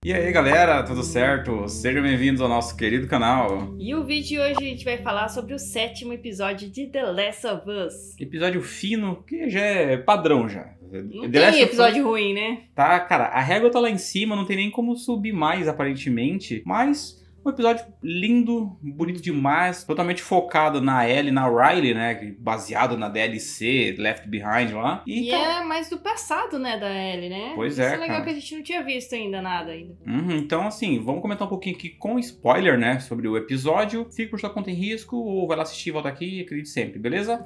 E aí galera, tudo certo? Sejam bem-vindos ao nosso querido canal. E o vídeo de hoje a gente vai falar sobre o 7º episódio de The Last of Us. Episódio fino, que já é padrão já. Não tem episódio ruim, né? Tá, cara, a régua tá lá em cima, não tem nem como subir mais aparentemente, mas um episódio lindo, bonito demais, totalmente focado na Ellie e na Riley, né, baseado na DLC Left Behind lá. E é mais do passado, né, da Ellie, né? Pois Isso é, legal cara. que a gente não tinha visto ainda nada. Então, assim, vamos comentar um pouquinho aqui com spoiler, né, sobre o episódio. Fique por sua conta em risco, ou vai lá assistir e volta aqui, acredite sempre, beleza?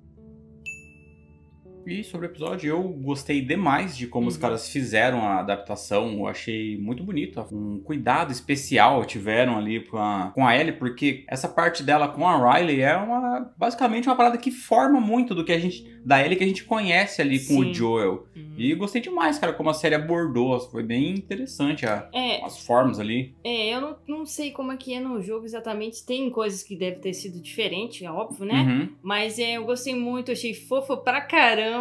E sobre o episódio, eu gostei demais de como os caras fizeram a adaptação. Eu achei muito bonito. Um cuidado especial tiveram ali com a Ellie, porque essa parte dela com a Riley é basicamente uma parada que forma muito do que a gente, da Ellie que a gente conhece ali com o Joel. E gostei demais, cara, como a série abordou. Foi bem interessante as formas ali. Eu não sei como é que é no jogo exatamente. Tem coisas que devem ter sido diferentes, é óbvio, né? Mas eu gostei muito, achei fofo pra caramba.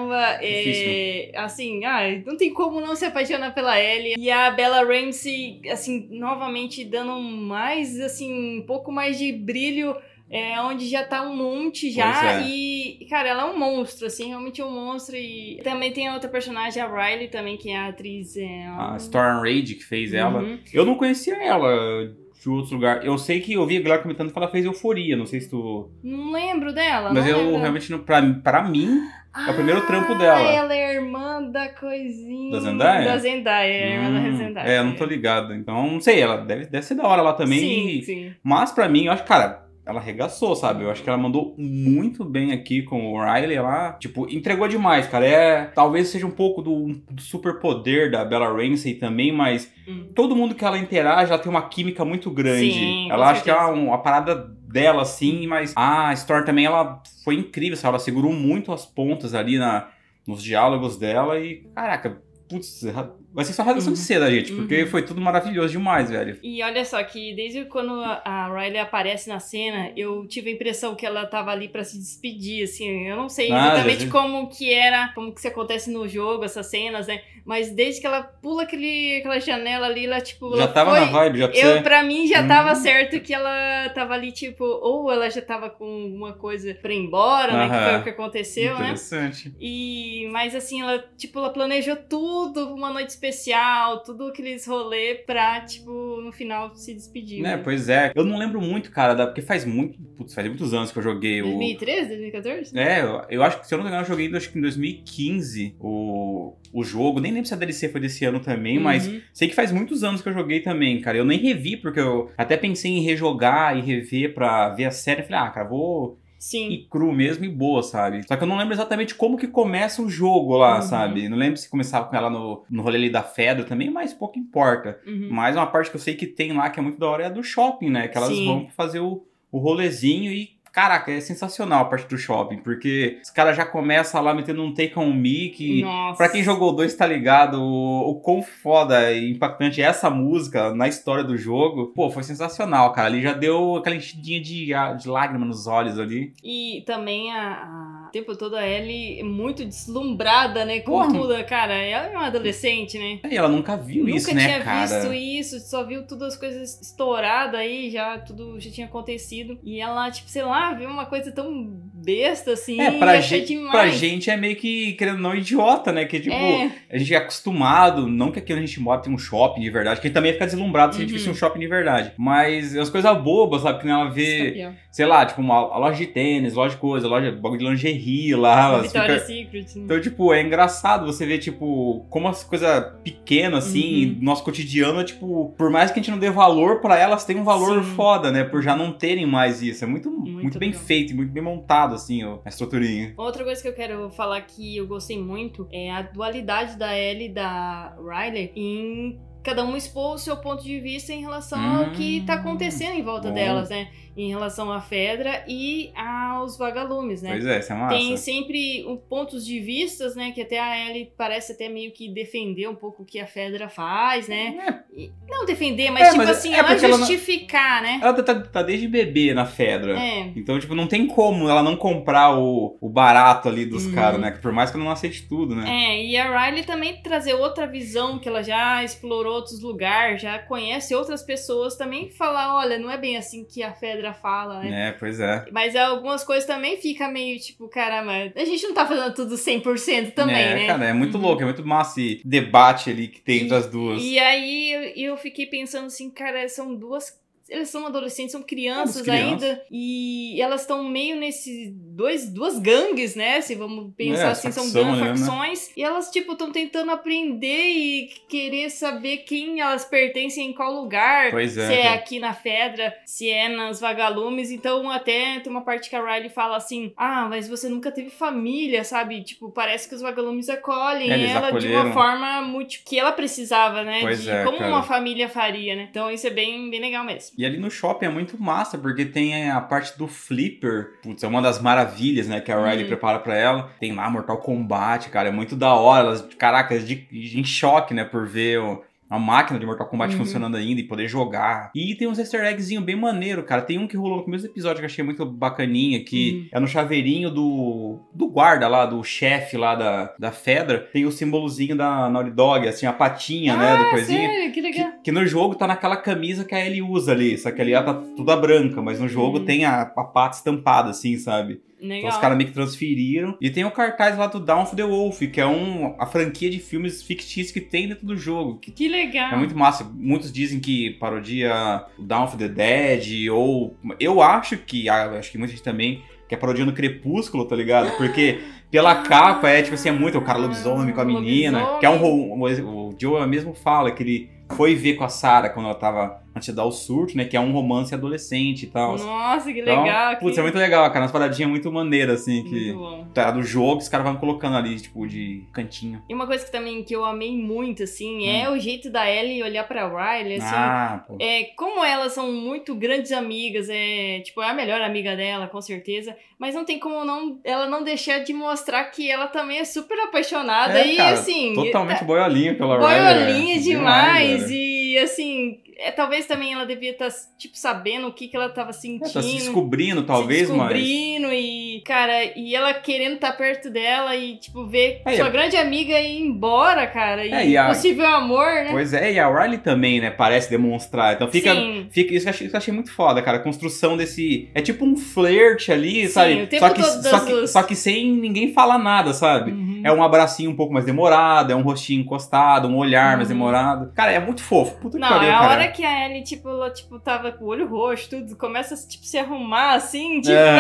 Assim, não tem como não se apaixonar pela Ellie. E a Bella Ramsey, assim, novamente dando mais, assim, um pouco mais de brilho, onde já tá um monte já. E, cara, ela é um monstro, assim, realmente é um monstro. E também tem a outra personagem, a Riley também, que é a atriz... A Storm Reid, que fez ela. Eu não conhecia ela de outro lugar. Eu sei que eu vi a galera comentando que ela fez Euforia, não sei se tu... Não lembro dela, mas eu lembro. Realmente, pra mim... É o primeiro trampo dela. Ela é irmã da coisinha... Da Zendaya? Da Zendaya, é irmã da Zendaya. Eu não tô ligado. Então, não sei, ela deve ser da hora lá também. Sim. Mas pra mim, eu acho que, cara, ela arregaçou, sabe? Eu acho que ela mandou muito bem aqui com o Riley. Ela, tipo, entregou demais, cara. Talvez seja um pouco do superpoder da Bella Ramsey também, mas todo mundo que ela interage, ela tem uma química muito grande. Sim, ela acha que é uma parada dela, assim, mas a Storm também, ela foi incrível, sabe? Ela segurou muito as pontas ali nos diálogos dela e, caraca, putz, vai ser só rasgação de seda, gente, porque foi tudo maravilhoso demais, velho. E olha só que desde quando a Riley aparece na cena, eu tive a impressão que ela tava ali pra se despedir, assim, eu não sei exatamente como que se acontece no jogo, essas cenas, né? Mas desde que ela pula aquela janela ali, ela, tipo... Já tava na vibe, Pra mim, já tava certo que ela tava ali, tipo... Ou ela já tava com alguma coisa pra ir embora, né? Que foi o que aconteceu, Interessante. né? Mas assim, ela planejou tudo, uma noite especial, tudo aqueles rolês pra, tipo, no final se despedir. Né, pois é. Eu não lembro muito, cara, porque faz muitos anos que eu joguei 2013, 2014? Eu acho que, se eu não me engano, eu joguei acho que em 2015 o jogo. Nem lembro se a DLC foi desse ano também, mas sei que faz muitos anos que eu joguei também, cara. Eu nem revi, porque eu até pensei em rejogar e rever pra ver a série. Eu falei, cara, vou... Sim. E cru mesmo e boa, sabe? Só que eu não lembro exatamente como que começa o jogo lá, sabe? Não lembro se começava com ela no rolê ali da Fedra também, mas pouco importa. Mas uma parte que eu sei que tem lá, que é muito da hora, é a do shopping, né? Que elas vão fazer o rolezinho e... Caraca, é sensacional a parte do shopping, porque os caras já começam lá metendo um Take On Me, que pra quem jogou o 2 tá ligado o quão foda e impactante é essa música na história do jogo. Pô, foi sensacional, cara. Ali já deu aquela enchidinha de lágrima nos olhos ali. E também o tempo todo a Ellie é muito deslumbrada, né, com tudo, cara. Ela é uma adolescente, né? E ela nunca viu isso, né, cara? Nunca tinha visto isso, só viu todas as coisas estouradas aí, tudo já tinha acontecido. E ela, tipo, sei lá, viu uma coisa tão besta assim, pra gente é meio que, querendo ou não, idiota, né? Que, tipo, a gente é acostumado, não que aqui onde a gente mora tem um shopping de verdade, que a gente também ia ficar deslumbrado se a gente visse um shopping de verdade. Mas as coisas bobas, sabe? Que ela vê, sei lá, tipo, a loja de tênis, loja de coisa, bagulho de lingerie lá. Victoria's Secret. Então, tipo, é engraçado você ver, tipo, como as coisas pequenas, assim, nosso cotidiano, é, tipo, por mais que a gente não dê valor pra elas, tem um valor foda, né? Por já não terem mais isso. É muito bem feito, muito bem montado, assim, a estruturinha. Outra coisa que eu quero falar que eu gostei muito é a dualidade da Ellie e da Riley em cada um expor o seu ponto de vista em relação ao que tá acontecendo em volta delas, né? Em relação à Fedra e aos vagalumes, né? Pois é, isso é massa. Tem sempre pontos de vistas, né? Que até a Ellie parece até meio que defender um pouco o que a Fedra faz, né? Não defender, mas tipo assim, ela justificar, né? Ela tá desde bebê na Fedra. Então, tipo, não tem como ela não comprar o barato ali dos caras, né? Por mais que ela não aceite tudo, né? E a Riley também trazer outra visão que ela já explorou outros lugares, já conhece outras pessoas também, falar, olha, não é bem assim que a Fedra fala, né? Pois é. Mas algumas coisas também fica meio tipo, caramba, a gente não tá fazendo tudo 100% também, né? Cara, é muito louco, é muito massa esse debate ali que tem entre as duas. E aí eu fiquei pensando assim, cara, são duas... Elas são adolescentes, são crianças ainda, e elas estão meio nesses duas gangues, né? Se vamos pensar assim, são facções, e elas, tipo, estão tentando aprender e querer saber quem elas pertencem em qual lugar. Pois é. Se é aqui na Fedra, se é nas Vagalumes. Então, até tem uma parte que a Riley fala assim, mas você nunca teve família, sabe? Tipo, parece que os Vagalumes acolhem ela de uma forma muito que ela precisava, né? Como uma família faria, né? Então, isso é bem, bem legal mesmo. E ali no shopping é muito massa, porque tem a parte do flipper. Putz, é uma das maravilhas, né, que a Riley prepara pra ela. Tem lá Mortal Kombat, cara, é muito da hora. Elas, caraca, em choque, né, por ver a máquina de Mortal Kombat funcionando ainda e poder jogar. E tem uns easter eggs bem maneiro, cara. Tem um que rolou no começo do episódio que eu achei muito bacaninha, que é no chaveirinho do guarda lá, do chefe lá da Fedra. Tem o símbolozinho da Naughty Dog, assim, a patinha, né, do coisinha. Sério? Que legal. Que no jogo tá naquela camisa que a Ellie usa ali, só que ali ela tá toda branca, mas no jogo tem a pata estampada, assim, sabe? Legal. Então os caras meio que transferiram. E tem o cartaz lá do Dawn of the Wolf, que é a franquia de filmes fictícios que tem dentro do jogo. Que legal. É muito massa. Muitos dizem que parodia o Dawn of the Dead, ou... Eu acho que muita gente também, que é parodia no Crepúsculo, tá ligado? Porque pela capa tipo assim, é muito o cara lobisomem com a menina. Lobisomem. Que é o Joe mesmo fala que ele foi ver com a Sarah quando ela tava antes de dar o surto, né? Que é um romance adolescente e tal. Nossa, que legal. Putz, é muito legal, cara. Umas paradinhas muito maneiras, assim, que bom. Tá do jogo, os caras vão colocando ali, tipo, de cantinho. E uma coisa que eu amei muito, assim, é o jeito da Ellie olhar pra Riley, assim. Como elas são muito grandes amigas, tipo, é a melhor amiga dela, com certeza. Mas não tem como ela não deixar de mostrar que ela também é super apaixonada. E, cara, assim... totalmente boiolinha pela Riley. Boiolinha demais. E, assim... talvez também ela devia estar, tipo, sabendo o que ela tava sentindo. Tá se descobrindo, talvez, mas... e, cara, e ela querendo estar perto dela e, tipo, ver sua grande amiga ir embora, cara. E possível amor, né? Pois é, e a Riley também, né, parece demonstrar. Então fica isso que eu achei muito foda, cara. A construção desse... É tipo um flerte ali, sabe? O tempo só que sem ninguém falar nada, sabe? É um abracinho um pouco mais demorado, é um rostinho encostado, um olhar mais demorado. Cara, é muito fofo. Puta que pariu, cara. A hora que a Ellie, ela, tava com o olho roxo, tudo, começa a, se arrumar, assim,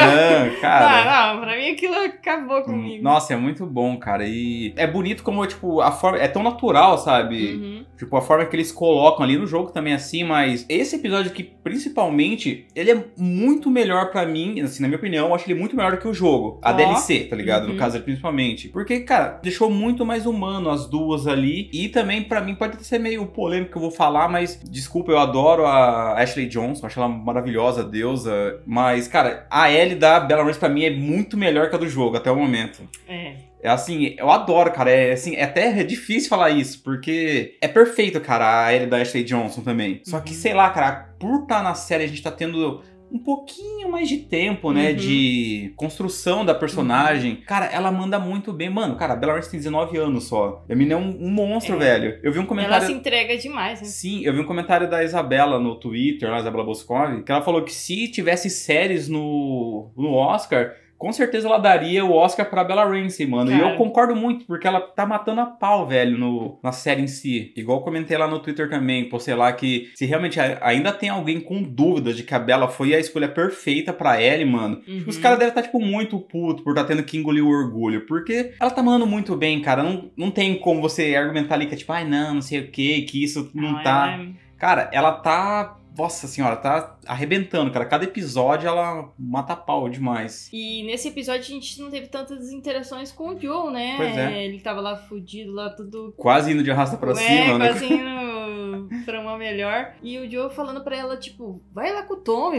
cara. Não, pra mim aquilo acabou comigo. Nossa, é muito bom, cara. E é bonito como, tipo, a forma... É tão natural, sabe? Tipo, a forma que eles colocam ali no jogo também é assim, mas esse episódio aqui, principalmente, ele é muito melhor pra mim, assim, na minha opinião, eu acho ele muito melhor do que o jogo. A DLC, tá ligado? No caso, principalmente. Porque, cara, deixou muito mais humano as duas ali. E também, pra mim, pode ser meio polêmico que eu vou falar, mas, desculpa, eu adoro a Ashley Johnson, acho ela maravilhosa, deusa. Mas, cara, a Ellie da Bella Ramsey, pra mim, é muito melhor que a do jogo, até o momento. É assim, eu adoro, cara. É até difícil falar isso, porque é perfeito, cara, a Ellie da Ashley Johnson também. Só que, sei lá, cara, por estar na série, a gente tá tendo um pouquinho mais de tempo, né, de construção da personagem. Cara, ela manda muito bem. Mano, cara, a Bella Ramsey tem 19 anos só. A menina é um monstro, velho. Eu vi um comentário... Ela se entrega demais, né? Sim, eu vi um comentário da Isabela no Twitter, a Isabela Boscov, que ela falou que se tivesse séries no Oscar... Com certeza ela daria o Oscar pra Bella Ramsey, mano. Cara. E eu concordo muito, porque ela tá matando a pau, velho, na série em si. Igual eu comentei lá no Twitter também, postei lá que se realmente ainda tem alguém com dúvidas de que a Bella foi a escolha perfeita pra Ellie, mano, os caras devem estar, tipo, muito puto por estar tendo que engolir o orgulho. Porque ela tá mandando muito bem, cara. Não tem como você argumentar ali que é tipo, não sei o que isso não tá... Cara, ela tá... Nossa senhora, tá arrebentando, cara. Cada episódio ela mata pau demais. E nesse episódio a gente não teve tantas interações com o Joe, né? Pois é. Ele tava lá fudido, lá tudo... Quase indo de arrasta pra cima, né? Quase indo pra uma melhor. E o Joe falando pra ela, tipo, vai lá com o Tommy,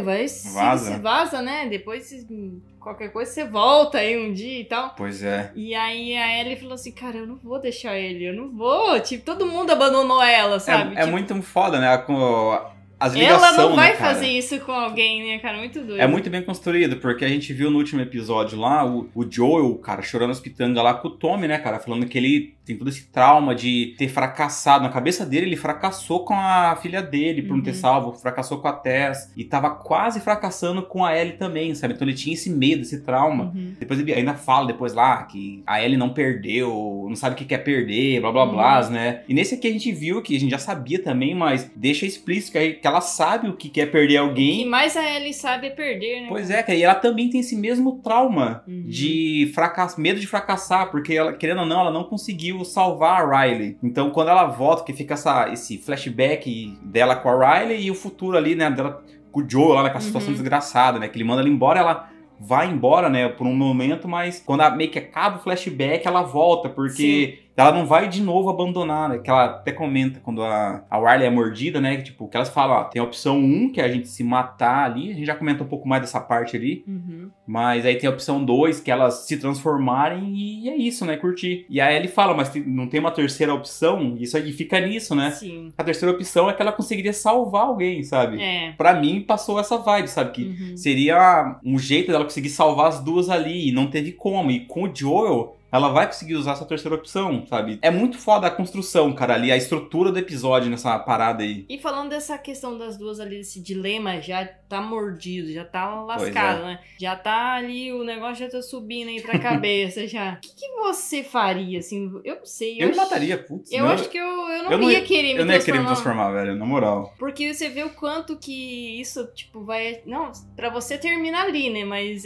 vaza, né? Depois qualquer coisa você volta aí um dia e tal. Pois é. E aí a Ellie falou assim, cara, eu não vou deixar ele, eu não vou. Tipo, todo mundo abandonou ela, sabe? É muito foda, né? as ligações, ela não vai né, cara? fazer isso com alguém, né, cara? Muito doido. É muito bem construído, porque a gente viu no último episódio lá, o Joel, cara, chorando as pitangas lá com o Tommy, né, cara? Falando que ele tem todo esse trauma de ter fracassado. Na cabeça dele, ele fracassou com a filha dele por não ter salvo, fracassou com a Tess. E tava quase fracassando com a Ellie também, sabe? Então ele tinha esse medo, esse trauma. Depois ele ainda fala depois lá que a Ellie não perdeu, não sabe o que quer perder, blá blá blá, né? E nesse aqui a gente viu que a gente já sabia também, mas deixa explícito que ela sabe o que quer perder alguém. O que mais a Ellie sabe é perder, né? Pois é, cara, e ela também tem esse mesmo trauma de medo de fracassar, porque ela, querendo ou não, ela não conseguiu salvar a Riley. Então, quando ela volta, que fica esse flashback dela com a Riley e o futuro ali, né, dela com o Joel lá naquela situação desgraçada, né, que ele manda ela embora, ela vai embora, né, por um momento, mas quando meio que acaba o flashback, ela volta, porque ela não vai de novo abandonar, né? Que ela até comenta quando a Riley é mordida, né? Tipo, que elas falam, ó, tem a opção 1, que é a gente se matar ali. A gente já comentou um pouco mais dessa parte ali. Mas aí tem a opção 2, que elas se transformarem e é isso, né? Curtir. E aí ele fala, mas não tem uma terceira opção? Isso aí fica nisso, né? Sim. A terceira opção é que ela conseguiria salvar alguém, sabe? Pra mim, passou essa vibe, sabe? Que seria um jeito dela conseguir salvar as duas ali e não teve como. E com o Joel, ela vai conseguir usar essa terceira opção, sabe? É muito foda a construção, cara, ali, a estrutura do episódio nessa parada aí. E falando dessa questão das duas ali, desse dilema, já tá mordido, já tá lascado, né? Já tá ali, o negócio já tá subindo aí pra cabeça, já. O que você faria, assim? Eu não sei. Eu me mataria, putz. Eu acho que eu não ia querer me transformar. Eu não ia querer me transformar, velho, na moral. Porque você vê o quanto que isso, tipo, vai... Não, pra você terminar ali, né? Mas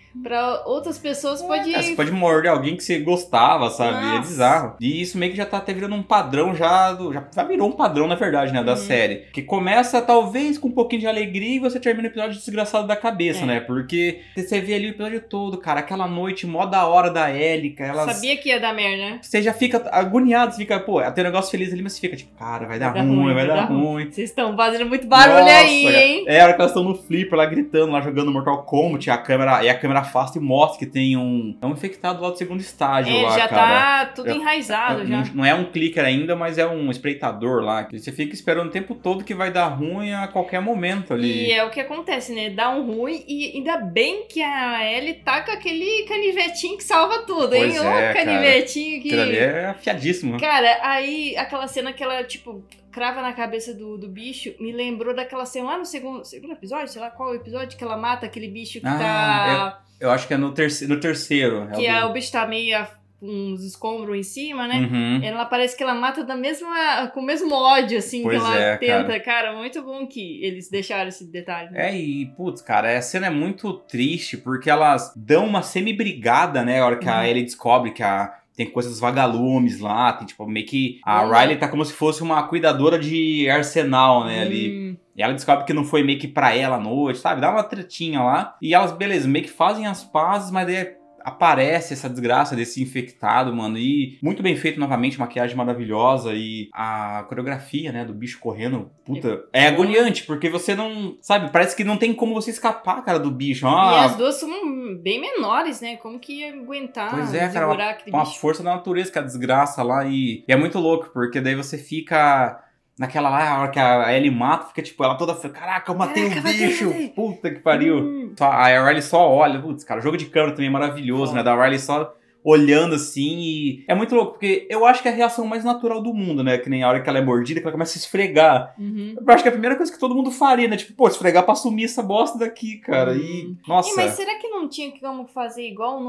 pra outras pessoas pode... Você pode morder alguém que você gostava, sabe? Nossa. É bizarro. E isso meio que já tá até virando um padrão já virou um padrão, na verdade, né? Da série. Que começa, talvez, com um pouquinho de alegria e você termina o episódio desgraçado da cabeça, né? Porque você vê ali o episódio todo, cara, aquela noite mó da hora da Ellie, elas... Sabia que ia dar merda, né? Você já fica agoniado, você fica, pô, tem um negócio feliz ali, mas você fica tipo, cara, vai dar ruim, vai dar ruim. Vocês estão fazendo muito barulho. Nossa, aí, hein? É a hora que elas estão no flipper lá gritando, lá jogando Mortal Kombat, a câmera afasta e mostra que tem um infectado lá do segundo estágio lá, já cara. Tá tudo enraizado já. Não é um clicker ainda, mas é um espreitador lá, que você fica esperando o tempo todo que vai dar ruim a qualquer momento ali. E é o que acontece, né? Dá um ruim e ainda bem que a Ellie tá com aquele canivetinho que salva tudo, hein? Pois Canivetinho que... Aquilo ali é afiadíssimo. Cara, aí aquela cena que ela, tipo, crava na cabeça do bicho, me lembrou daquela cena lá no segundo episódio, sei lá qual episódio, que ela mata aquele bicho que tá... Eu acho que é no terceiro. Que o bicho tá meio com uns escombros em cima, né? Ela parece que ela mata com o mesmo ódio, assim, pois que ela tenta. Cara, muito bom que eles deixaram esse detalhe. Né? E, putz, cara, a cena é muito triste, porque elas dão uma semi-brigada, né? A hora que a Ellie descobre que tem coisas vagalumes lá, tem tipo, meio que a Riley tá como se fosse uma cuidadora de arsenal, né, ali. E ela descobre que não foi meio que pra ela à noite, sabe? Dá uma tretinha lá. E elas, beleza, meio que fazem as pazes, mas daí aparece essa desgraça desse infectado, mano. E muito bem feito novamente, maquiagem maravilhosa e a coreografia, né, do bicho correndo, puta, é agoniante, porque você não, sabe, parece que não tem como você escapar, cara, do bicho. E as duas são bem menores, né? Como que ia aguentar, cara, aquele com bicho? a força da natureza, que é a desgraça lá. E é muito louco, porque daí você fica... Naquela lá, a hora que a Ellie mata, fica tipo, ela toda... Caraca, eu matei o bicho! Puta que pariu! A Riley só olha. Putz, cara, o jogo de câmera também é maravilhoso, né? Da Riley só olhando assim e... É muito louco, porque eu acho que é a reação mais natural do mundo, né? Que nem a hora que ela é mordida, que ela começa a se esfregar. Eu acho que é a primeira coisa que todo mundo faria, né? Tipo, pô, esfregar pra sumir essa bosta daqui, cara. E, nossa... mas será que não tinha como fazer igual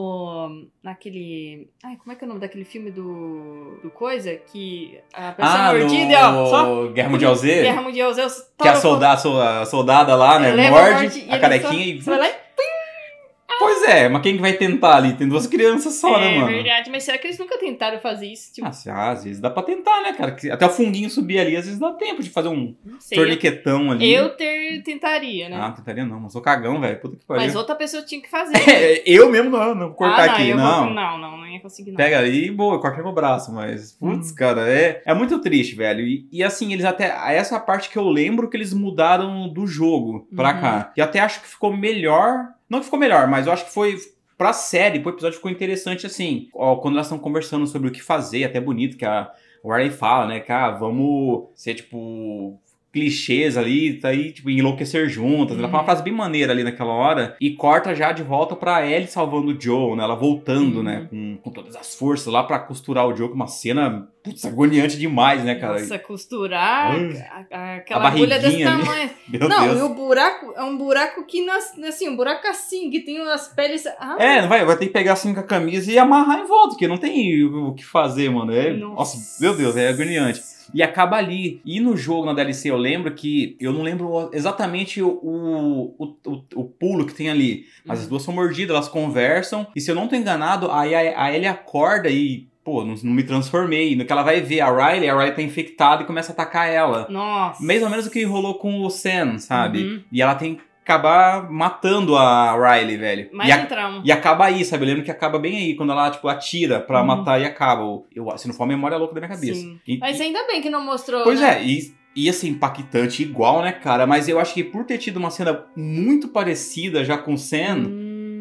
naquele... Ai, como é que é o nome daquele filme do Coisa? Que a pessoa mordida, ó, só... Guerra Mundial Z? Guerra Mundial Z. Que a soldada lá, né? Morde a carequinha e... Vai lá e... Pois é, mas quem vai tentar ali? Tem duas crianças só, né, mano? É verdade, mas será que eles nunca tentaram fazer isso? Tipo... às vezes dá pra tentar, né, cara? Até o funguinho subir ali, às vezes dá tempo de fazer um torniquetão ali. Eu tentaria, né? Tentaria não, mas sou cagão, velho. Puta que pariu. Mas outra pessoa tinha que fazer. Eu mesmo não vou cortar aqui, não. Não ia conseguir, não. Pega ali e boa, corta meu braço, mas, putz, cara, é muito triste, velho. E assim, eles até... Essa é a parte que eu lembro que eles mudaram do jogo pra cá. E até acho que ficou melhor... Não que ficou melhor, mas eu acho que foi... Pra série, pro episódio ficou interessante, assim, quando elas estão conversando sobre o que fazer, até bonito que a Riley fala, né, que vamos ser, tipo, clichês ali, tá aí, tipo, enlouquecer juntas. Ela fala uma frase bem maneira ali naquela hora. E corta já de volta pra Ellie salvando o Joe, né? Ela voltando, né? Com todas as forças lá pra costurar o Joe, com uma cena, putz, agoniante demais, né, cara? Nossa, costurar aquela agulha desse tamanho. Meu não, Deus. E o buraco é um buraco que, assim, um buraco assim, que tem as peles... vai ter que pegar assim com a camisa e amarrar em volta, porque não tem o que fazer, mano. Nossa, meu Deus, é agoniante. E acaba ali. E no jogo, na DLC, eu lembro que... Eu não lembro exatamente o pulo que tem ali. Mas as duas são mordidas, elas conversam. E se eu não tô enganado, aí a Ellie acorda e... Pô, não me transformei. No que ela vai ver a Riley tá infectada e começa a atacar ela. Nossa. Mais ou menos o que rolou com o Sam, sabe? E ela tem... acabar matando a Riley, velho. Mais um trauma. E acaba aí, sabe? Eu lembro que acaba bem aí, quando ela, tipo, atira pra matar e acaba. Se não for a memória louca da minha cabeça. Sim. Mas ainda bem que não mostrou, Pois né? ia ser impactante igual, né, cara? Mas eu acho que por ter tido uma cena muito parecida já com o Sam...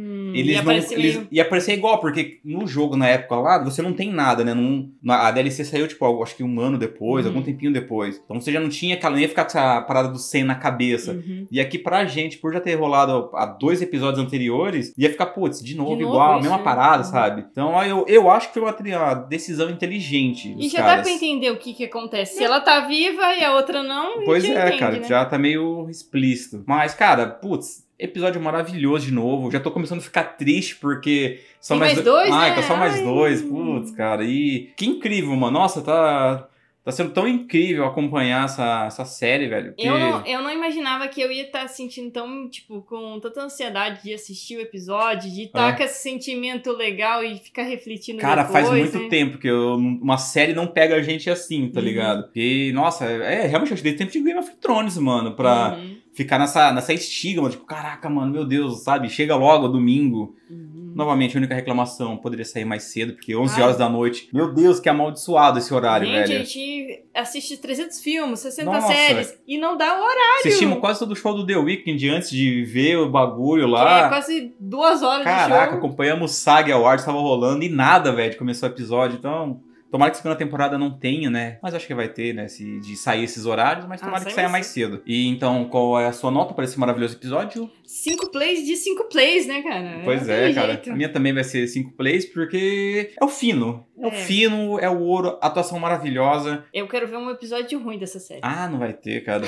Ia parecer igual, porque no jogo, na época lá, você não tem nada, né? A DLC saiu, tipo, acho que um ano depois, algum tempinho depois. Então você já não tinha aquela... Não ia ficar com essa parada do Sam na cabeça. E aqui pra gente, por já ter rolado há 2 episódios anteriores, ia ficar, putz, de novo igual, a mesma parada, sabe? Então eu acho que foi uma decisão inteligente. E já dá pra entender o que acontece. Se ela tá viva e a outra não, pois entende, cara, né? já tá meio explícito. Mas, cara, putz... Episódio maravilhoso de novo. Já tô começando a ficar triste porque... Só mais dois, né? Só mais dois. Putz, cara. E que incrível, mano. Nossa, tá sendo tão incrível acompanhar essa série, velho. Que... Eu não imaginava que eu ia estar sentindo tão, tipo, com tanta ansiedade de assistir o episódio, de estar com esse sentimento legal e ficar refletindo cara, depois, faz muito tempo que uma série não pega a gente assim, tá ligado? E, nossa, realmente eu dei tempo de Game of Thrones, mano, pra... Ficar nessa estigma, tipo, caraca, mano, meu Deus, sabe? Chega logo, domingo. Novamente, a única reclamação, poderia sair mais cedo, porque 11 horas da noite. Meu Deus, que amaldiçoado esse horário, velho. A gente assiste 300 filmes, 60 séries, e não dá o horário. Assistimos quase todo o show do The Weeknd antes de ver o bagulho lá. Que é quase 2 horas de show. Caraca, acompanhamos o SAG Awards, tava rolando, e nada, velho, começou o episódio, então... Tomara que a segunda temporada não tenha, né? Mas acho que vai ter, né? De sair esses horários, mas tomara que saia mais cedo. E então, qual é a sua nota para esse maravilhoso episódio? 5 plays de 5 plays, né, cara? Pois cara. A minha também vai ser 5 plays, porque é o fino. É o fino, é o ouro, atuação maravilhosa. Eu quero ver um episódio ruim dessa série. Ah, não vai ter, cara.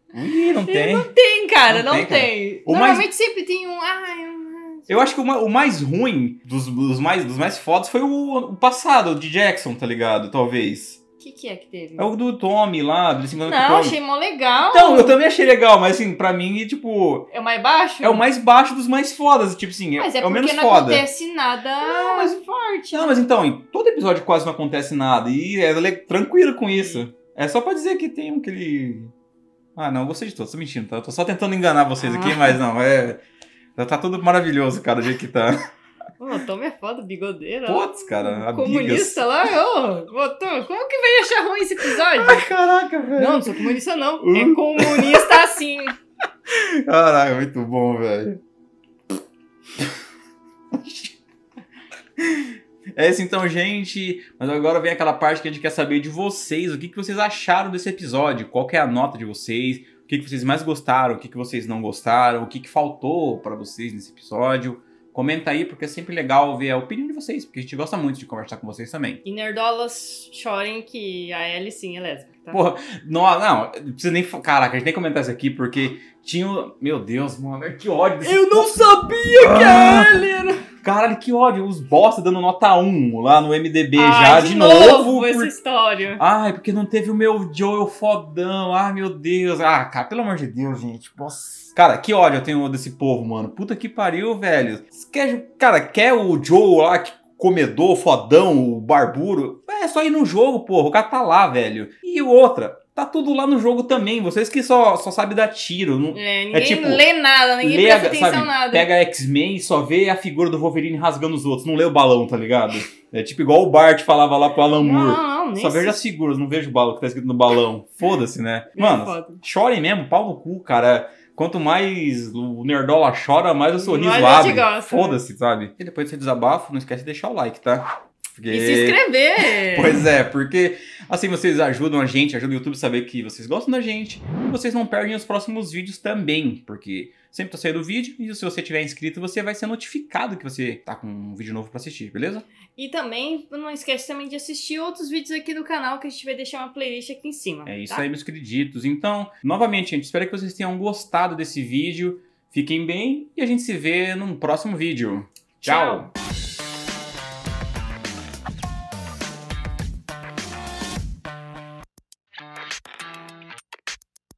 Não tem. Não tem, cara, não tem. Normalmente sempre tem um... Eu acho que o mais ruim dos mais fodas foi o passado, de Jackson, tá ligado? Talvez. O que é que teve? É o do Tommy lá, do Não, achei mó legal. Então, eu também achei legal, mas assim, pra mim, tipo... É o mais baixo? É o mais baixo dos mais fodas, tipo assim, mas é o menos foda. Mas é porque não acontece nada forte. Não, mas então, em todo episódio quase não acontece nada, e é tranquilo com isso. É só pra dizer que tem aquele... Ah, não, eu gostei de todos, tô mentindo, tá? Eu tô só tentando enganar vocês aqui, mas não, tá tudo maravilhoso, cara, do jeito que tá. Ô, Tommy é foda, bigodeira. Putz, cara, comunista lá, Tom, como que veio achar ruim esse episódio? Ai, caraca, velho. Não sou comunista não, é comunista assim. Caraca, muito bom, velho. É isso então, gente. Mas agora vem aquela parte que a gente quer saber de vocês. O que vocês acharam desse episódio? Qual que é a nota de vocês? O que vocês mais gostaram? O que vocês não gostaram? O que faltou pra vocês nesse episódio? Comenta aí, porque é sempre legal ver a opinião de vocês, porque a gente gosta muito de conversar com vocês também. E nerdolas chorem que a Ellie sim é lésbica, tá? Porra, não precisa nem... Caraca, a gente nem comentar isso aqui, porque tinha... Meu Deus, mano, que ódio desse... Eu não sabia que a Ellie era... Caralho, que ódio, os bosta dando nota 1 lá no MDB já de novo. Essa história. Ai, porque não teve o meu Joel fodão, ai meu Deus. Ah, cara, pelo amor de Deus, gente, nossa. Cara, que ódio eu tenho desse povo, mano. Puta que pariu, velho. Quer o Joel lá, que comedor, fodão, o barburo? É só ir no jogo, porra, o cara tá lá, velho. E outra... Tá tudo lá no jogo também. Vocês que só sabem dar tiro. Ninguém tipo, lê nada, ninguém presta atenção nada. Pega X-Men e só vê a figura do Wolverine rasgando os outros. Não lê o balão, tá ligado? É tipo igual o Bart falava lá pro Alan Moore. Não, só vejo as figuras, não vejo o balão que tá escrito no balão. Foda-se, né? Mano, chorem mesmo, pau no cu, cara. Quanto mais o Nerdola chora, mais o sorriso abre. Foda-se, sabe? E depois desse desabafo, não esquece de deixar o like, tá? Porque... E se inscrever! Pois é, porque assim vocês ajudam a gente, ajudam o YouTube a saber que vocês gostam da gente e vocês não perdem os próximos vídeos também, porque sempre tá saindo vídeo e se você tiver inscrito, você vai ser notificado que você tá com um vídeo novo pra assistir, beleza? E também, não esquece também de assistir outros vídeos aqui do canal, que a gente vai deixar uma playlist aqui em cima. É isso tá? aí, meus queriditos. Então, novamente, gente, espero que vocês tenham gostado desse vídeo. Fiquem bem e a gente se vê num próximo vídeo. Tchau!